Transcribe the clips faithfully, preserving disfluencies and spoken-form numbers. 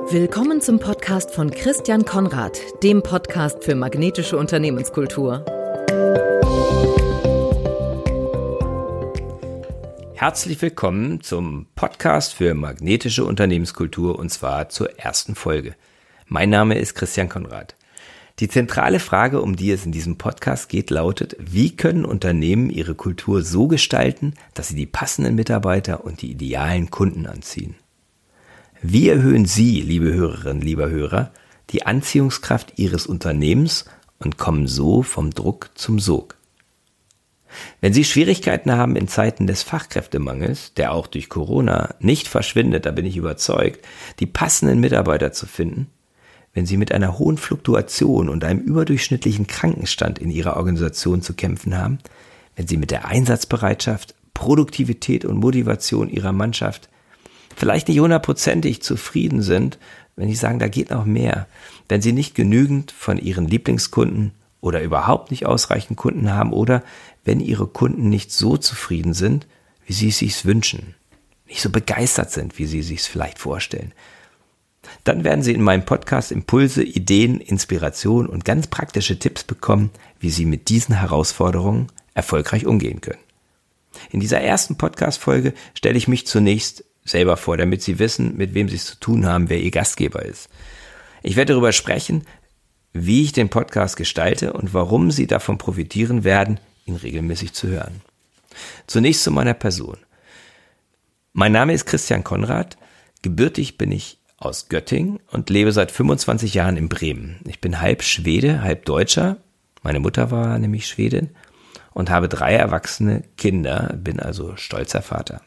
Willkommen zum Podcast von Christian Konrad, dem Podcast für magnetische Unternehmenskultur. Herzlich willkommen zum Podcast für magnetische Unternehmenskultur und zwar zur ersten Folge. Mein Name ist Christian Konrad. Die zentrale Frage, um die es in diesem Podcast geht, lautet: Wie können Unternehmen ihre Kultur so gestalten, dass sie die passenden Mitarbeiter und die idealen Kunden anziehen? Wie erhöhen Sie, liebe Hörerinnen, lieber Hörer, die Anziehungskraft Ihres Unternehmens und kommen so vom Druck zum Sog? Wenn Sie Schwierigkeiten haben in Zeiten des Fachkräftemangels, der auch durch Corona nicht verschwindet, da bin ich überzeugt, die passenden Mitarbeiter zu finden, wenn Sie mit einer hohen Fluktuation und einem überdurchschnittlichen Krankenstand in Ihrer Organisation zu kämpfen haben, wenn Sie mit der Einsatzbereitschaft, Produktivität und Motivation Ihrer Mannschaft vielleicht nicht hundertprozentig zufrieden sind, wenn Sie sagen, da geht noch mehr, wenn Sie nicht genügend von Ihren Lieblingskunden oder überhaupt nicht ausreichend Kunden haben oder wenn Ihre Kunden nicht so zufrieden sind, wie Sie es sich wünschen, nicht so begeistert sind, wie Sie es sich vielleicht vorstellen, dann werden Sie in meinem Podcast Impulse, Ideen, Inspiration und ganz praktische Tipps bekommen, wie Sie mit diesen Herausforderungen erfolgreich umgehen können. In dieser ersten Podcast-Folge stelle ich mich zunächst selber vor, damit Sie wissen, mit wem Sie es zu tun haben, wer Ihr Gastgeber ist. Ich werde darüber sprechen, wie ich den Podcast gestalte und warum Sie davon profitieren werden, ihn regelmäßig zu hören. Zunächst zu meiner Person. Mein Name ist Christian Konrad. Gebürtig bin ich aus Göttingen und lebe seit fünfundzwanzig Jahren in Bremen. Ich bin halb Schwede, halb Deutscher. Meine Mutter war nämlich Schwedin und habe drei erwachsene Kinder, bin also stolzer Vater.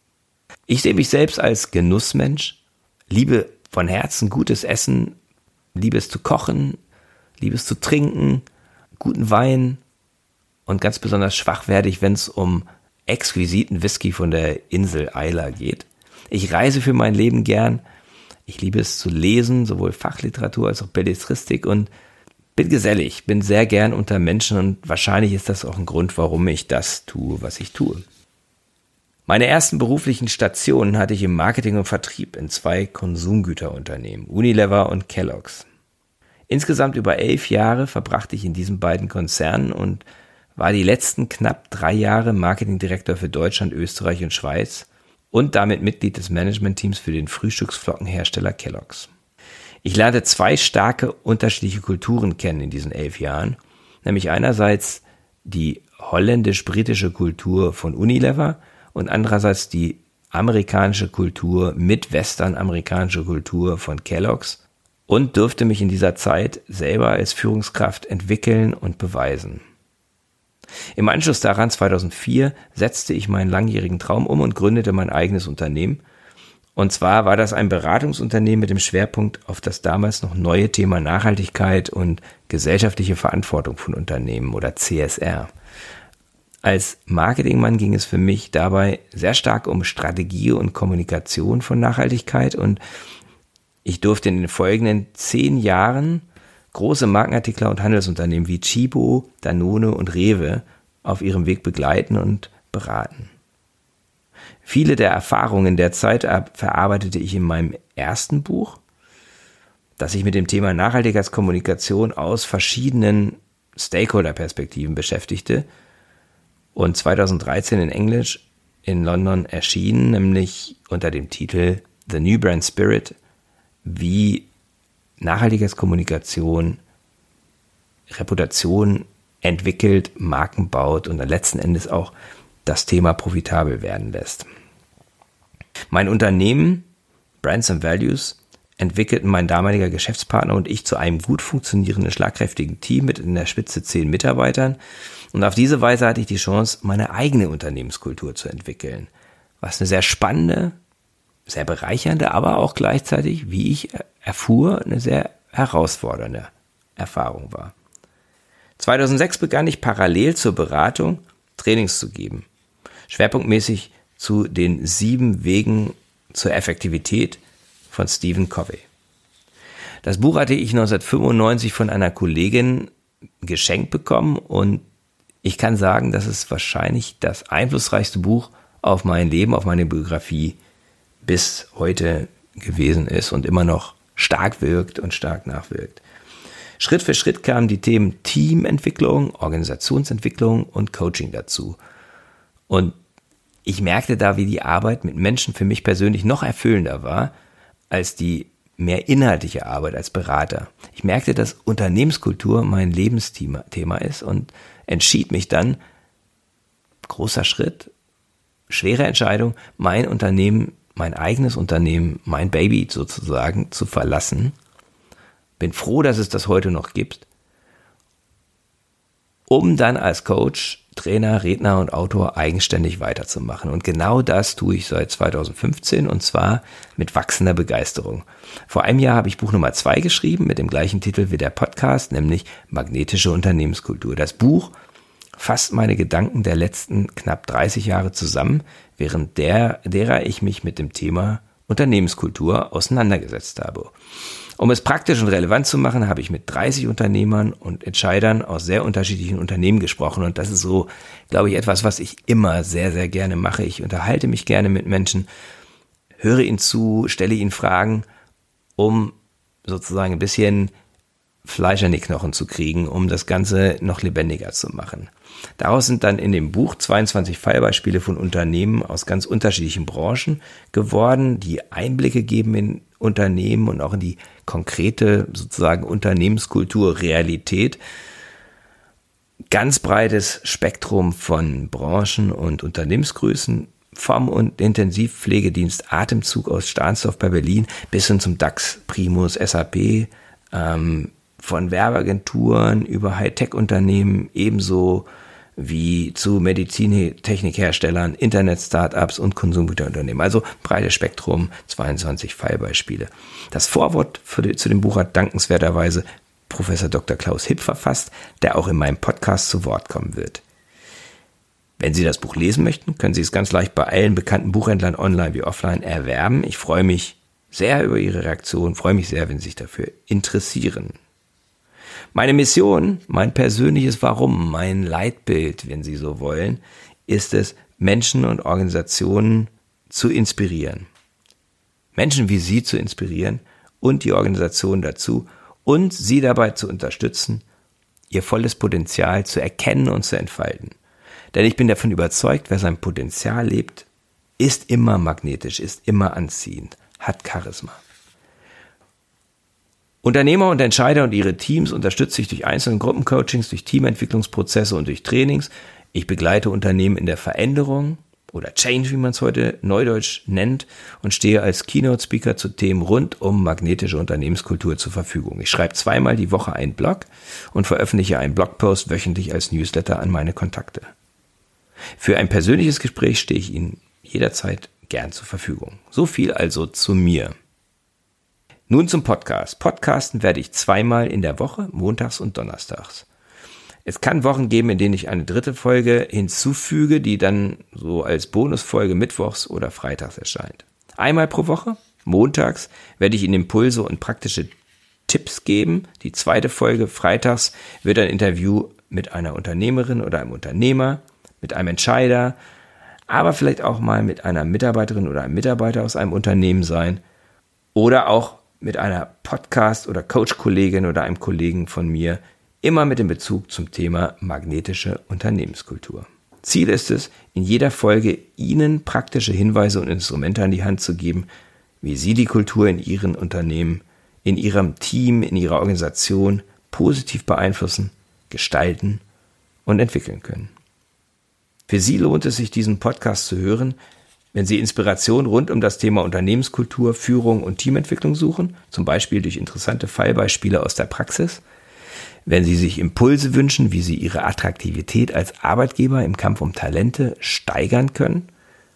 Ich sehe mich selbst als Genussmensch, liebe von Herzen gutes Essen, liebe es zu kochen, liebe es zu trinken, guten Wein und ganz besonders schwach werde ich, wenn es um exquisiten Whisky von der Insel Isla geht. Ich reise für mein Leben gern, ich liebe es zu lesen, sowohl Fachliteratur als auch Belletristik und bin gesellig, bin sehr gern unter Menschen und wahrscheinlich ist das auch ein Grund, warum ich das tue, was ich tue. Meine ersten beruflichen Stationen hatte ich im Marketing und Vertrieb in zwei Konsumgüterunternehmen, Unilever und Kellogg's. Insgesamt über elf Jahre verbrachte ich in diesen beiden Konzernen und war die letzten knapp drei Jahre Marketingdirektor für Deutschland, Österreich und Schweiz und damit Mitglied des Managementteams für den Frühstücksflockenhersteller Kellogg's. Ich lernte zwei starke unterschiedliche Kulturen kennen in diesen elf Jahren, nämlich einerseits die holländisch-britische Kultur von Unilever und andererseits die amerikanische Kultur mit western-amerikanische Kultur von Kellogg's und durfte mich in dieser Zeit selber als Führungskraft entwickeln und beweisen. Im Anschluss daran, zweitausendvier, setzte ich meinen langjährigen Traum um und gründete mein eigenes Unternehmen. Und zwar war das ein Beratungsunternehmen mit dem Schwerpunkt auf das damals noch neue Thema Nachhaltigkeit und gesellschaftliche Verantwortung von Unternehmen oder C S R. Als Marketingmann ging es für mich dabei sehr stark um Strategie und Kommunikation von Nachhaltigkeit und ich durfte in den folgenden zehn Jahren große Markenartikler und Handelsunternehmen wie Tchibo, Danone und Rewe auf ihrem Weg begleiten und beraten. Viele der Erfahrungen der Zeit verarbeitete ich in meinem ersten Buch, das sich mit dem Thema Nachhaltigkeitskommunikation aus verschiedenen Stakeholder-Perspektiven beschäftigte und zweitausenddreizehn in Englisch in London erschienen, nämlich unter dem Titel The New Brand Spirit, wie Nachhaltigkeitskommunikation Reputation entwickelt, Marken baut und dann letzten Endes auch das Thema profitabel werden lässt. Mein Unternehmen Brands and Values entwickelten mein damaliger Geschäftspartner und ich zu einem gut funktionierenden, schlagkräftigen Team mit in der Spitze zehn Mitarbeitern. Und auf diese Weise hatte ich die Chance, meine eigene Unternehmenskultur zu entwickeln. Was eine sehr spannende, sehr bereichernde, aber auch gleichzeitig, wie ich erfuhr, eine sehr herausfordernde Erfahrung war. zweitausendsechs begann ich parallel zur Beratung Trainings zu geben. Schwerpunktmäßig zu den sieben Wegen zur Effektivität von Stephen Covey. Das Buch hatte ich neunzehnhundertfünfundneunzig von einer Kollegin geschenkt bekommen und ich kann sagen, dass es wahrscheinlich das einflussreichste Buch auf mein Leben, auf meine Biografie bis heute gewesen ist und immer noch stark wirkt und stark nachwirkt. Schritt für Schritt kamen die Themen Teamentwicklung, Organisationsentwicklung und Coaching dazu. Und ich merkte da, wie die Arbeit mit Menschen für mich persönlich noch erfüllender war als die mehr inhaltliche Arbeit als Berater. Ich merkte, dass Unternehmenskultur mein Lebensthema Thema ist und entschied mich dann, großer Schritt, schwere Entscheidung, mein Unternehmen, mein eigenes Unternehmen, mein Baby sozusagen zu verlassen. Bin froh, dass es das heute noch gibt, um dann als Coach, Trainer, Redner und Autor eigenständig weiterzumachen. Und genau das tue ich seit zweitausendfünfzehn und zwar mit wachsender Begeisterung. Vor einem Jahr habe ich Buch Nummer zwei geschrieben mit dem gleichen Titel wie der Podcast, nämlich Magnetische Unternehmenskultur. Das Buch fasst meine Gedanken der letzten knapp dreißig Jahre zusammen, während der, derer ich mich mit dem Thema Unternehmenskultur auseinandergesetzt habe. Um es praktisch und relevant zu machen, habe ich mit dreißig Unternehmern und Entscheidern aus sehr unterschiedlichen Unternehmen gesprochen. Und das ist so, glaube ich, etwas, was ich immer sehr, sehr gerne mache. Ich unterhalte mich gerne mit Menschen, höre ihnen zu, stelle ihnen Fragen, um sozusagen ein bisschen Fleisch an die Knochen zu kriegen, um das Ganze noch lebendiger zu machen. Daraus sind dann in dem Buch zweiundzwanzig Fallbeispiele von Unternehmen aus ganz unterschiedlichen Branchen geworden, die Einblicke geben in Unternehmen und auch in die konkrete sozusagen Unternehmenskultur, Realität. Ganz breites Spektrum von Branchen und Unternehmensgrößen, vom und Intensivpflegedienst Atemzug aus Stahnsdorf bei Berlin bis hin zum DAX, Primus, S A P, ähm, von Werbeagenturen über Hightech-Unternehmen ebenso wie zu Medizintechnikherstellern, Internet-Startups und Konsumgüterunternehmen. Also breites Spektrum, zweiundzwanzig Fallbeispiele. Das Vorwort für die, zu dem Buch hat dankenswerterweise Professor Doktor Klaus Hipp verfasst, der auch in meinem Podcast zu Wort kommen wird. Wenn Sie das Buch lesen möchten, können Sie es ganz leicht bei allen bekannten Buchhändlern online wie offline erwerben. Ich freue mich sehr über Ihre Reaktion, freue mich sehr, wenn Sie sich dafür interessieren. Meine Mission, mein persönliches Warum, mein Leitbild, wenn Sie so wollen, ist es, Menschen und Organisationen zu inspirieren. Menschen wie Sie zu inspirieren und die Organisation dazu und Sie dabei zu unterstützen, ihr volles Potenzial zu erkennen und zu entfalten. Denn ich bin davon überzeugt, wer sein Potenzial lebt, ist immer magnetisch, ist immer anziehend, hat Charisma. Unternehmer und Entscheider und ihre Teams unterstütze ich durch einzelne Gruppencoachings, durch Teamentwicklungsprozesse und durch Trainings. Ich begleite Unternehmen in der Veränderung oder Change, wie man es heute neudeutsch nennt, und stehe als Keynote-Speaker zu Themen rund um magnetische Unternehmenskultur zur Verfügung. Ich schreibe zweimal die Woche einen Blog und veröffentliche einen Blogpost wöchentlich als Newsletter an meine Kontakte. Für ein persönliches Gespräch stehe ich Ihnen jederzeit gern zur Verfügung. So viel also zu mir. Nun zum Podcast. Podcasten werde ich zweimal in der Woche, montags und donnerstags. Es kann Wochen geben, in denen ich eine dritte Folge hinzufüge, die dann so als Bonusfolge mittwochs oder freitags erscheint. Einmal pro Woche, montags, werde ich Ihnen Impulse und praktische Tipps geben. Die zweite Folge, freitags, wird ein Interview mit einer Unternehmerin oder einem Unternehmer, mit einem Entscheider, aber vielleicht auch mal mit einer Mitarbeiterin oder einem Mitarbeiter aus einem Unternehmen sein oder auch mit einer Podcast- oder Coach-Kollegin oder einem Kollegen von mir, immer mit dem Bezug zum Thema magnetische Unternehmenskultur. Ziel ist es, in jeder Folge Ihnen praktische Hinweise und Instrumente an die Hand zu geben, wie Sie die Kultur in Ihren Unternehmen, in Ihrem Team, in Ihrer Organisation positiv beeinflussen, gestalten und entwickeln können. Für Sie lohnt es sich, diesen Podcast zu hören, wenn Sie Inspiration rund um das Thema Unternehmenskultur, Führung und Teamentwicklung suchen, zum Beispiel durch interessante Fallbeispiele aus der Praxis, wenn Sie sich Impulse wünschen, wie Sie Ihre Attraktivität als Arbeitgeber im Kampf um Talente steigern können,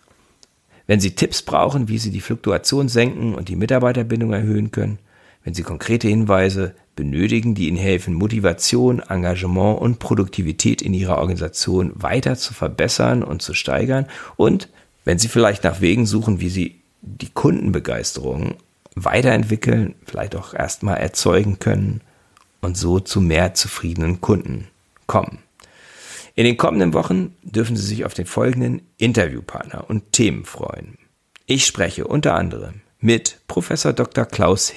wenn Sie Tipps brauchen, wie Sie die Fluktuation senken und die Mitarbeiterbindung erhöhen können, wenn Sie konkrete Hinweise benötigen, die Ihnen helfen, Motivation, Engagement und Produktivität in Ihrer Organisation weiter zu verbessern und zu steigern und wenn Sie vielleicht nach Wegen suchen, wie Sie die Kundenbegeisterung weiterentwickeln, vielleicht auch erstmal erzeugen können und so zu mehr zufriedenen Kunden kommen. In den kommenden Wochen dürfen Sie sich auf den folgenden Interviewpartner und Themen freuen. Ich spreche unter anderem mit Professor Doktor Klaus Hipp.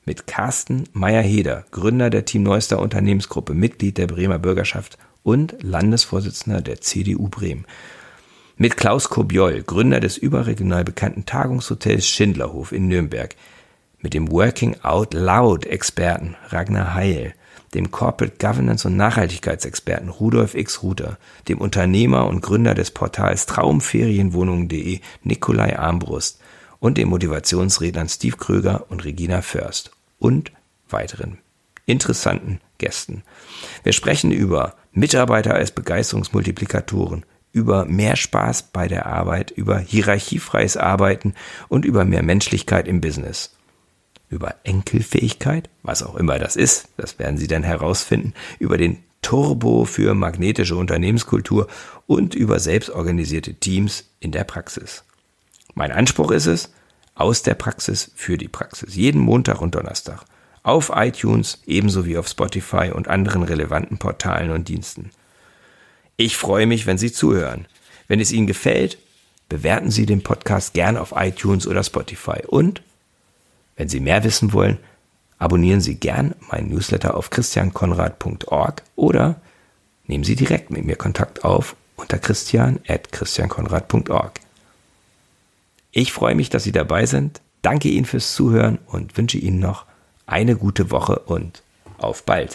mit Carsten Meyer-Heder, Gründer der Team Neuster Unternehmensgruppe, Mitglied der Bremer Bürgerschaft und Landesvorsitzender der C D U Bremen. Mit Klaus Kobiol, Gründer des überregional bekannten Tagungshotels Schindlerhof in Nürnberg. Mit dem Working Out Loud Experten Ragnar Heil, dem Corporate Governance und Nachhaltigkeitsexperten Rudolf X. Ruther, dem Unternehmer und Gründer des Portals traumferienwohnungen punkt de Nikolai Armbrust und den Motivationsrednern Steve Kröger und Regina Först und weiteren interessanten Gästen. Wir sprechen über Mitarbeiter als Begeisterungsmultiplikatoren, über mehr Spaß bei der Arbeit, über hierarchiefreies Arbeiten und über mehr Menschlichkeit im Business. Über Enkelfähigkeit, was auch immer das ist, das werden Sie dann herausfinden, über den Turbo für magnetische Unternehmenskultur und über selbstorganisierte Teams in der Praxis. Mein Anspruch ist es, aus der Praxis für die Praxis, jeden Montag und Donnerstag, auf iTunes ebenso wie auf Spotify und anderen relevanten Portalen und Diensten. Ich freue mich, wenn Sie zuhören. Wenn es Ihnen gefällt, bewerten Sie den Podcast gern auf iTunes oder Spotify und wenn Sie mehr wissen wollen, abonnieren Sie gern meinen Newsletter auf christian konrad punkt org oder nehmen Sie direkt mit mir Kontakt auf unter christian at christian konrad punkt org. Ich freue mich, dass Sie dabei sind, danke Ihnen fürs Zuhören und wünsche Ihnen noch eine gute Woche und auf bald.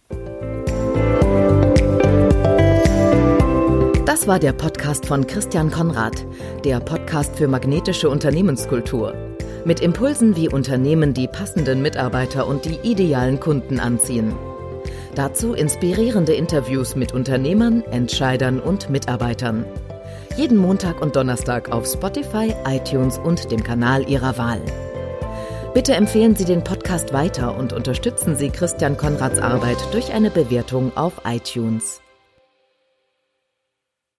Das war der Podcast von Christian Konrad, der Podcast für magnetische Unternehmenskultur. Mit Impulsen, wie Unternehmen die passenden Mitarbeiter und die idealen Kunden anziehen. Dazu inspirierende Interviews mit Unternehmern, Entscheidern und Mitarbeitern. Jeden Montag und Donnerstag auf Spotify, iTunes und dem Kanal Ihrer Wahl. Bitte empfehlen Sie den Podcast weiter und unterstützen Sie Christian Konrads Arbeit durch eine Bewertung auf iTunes.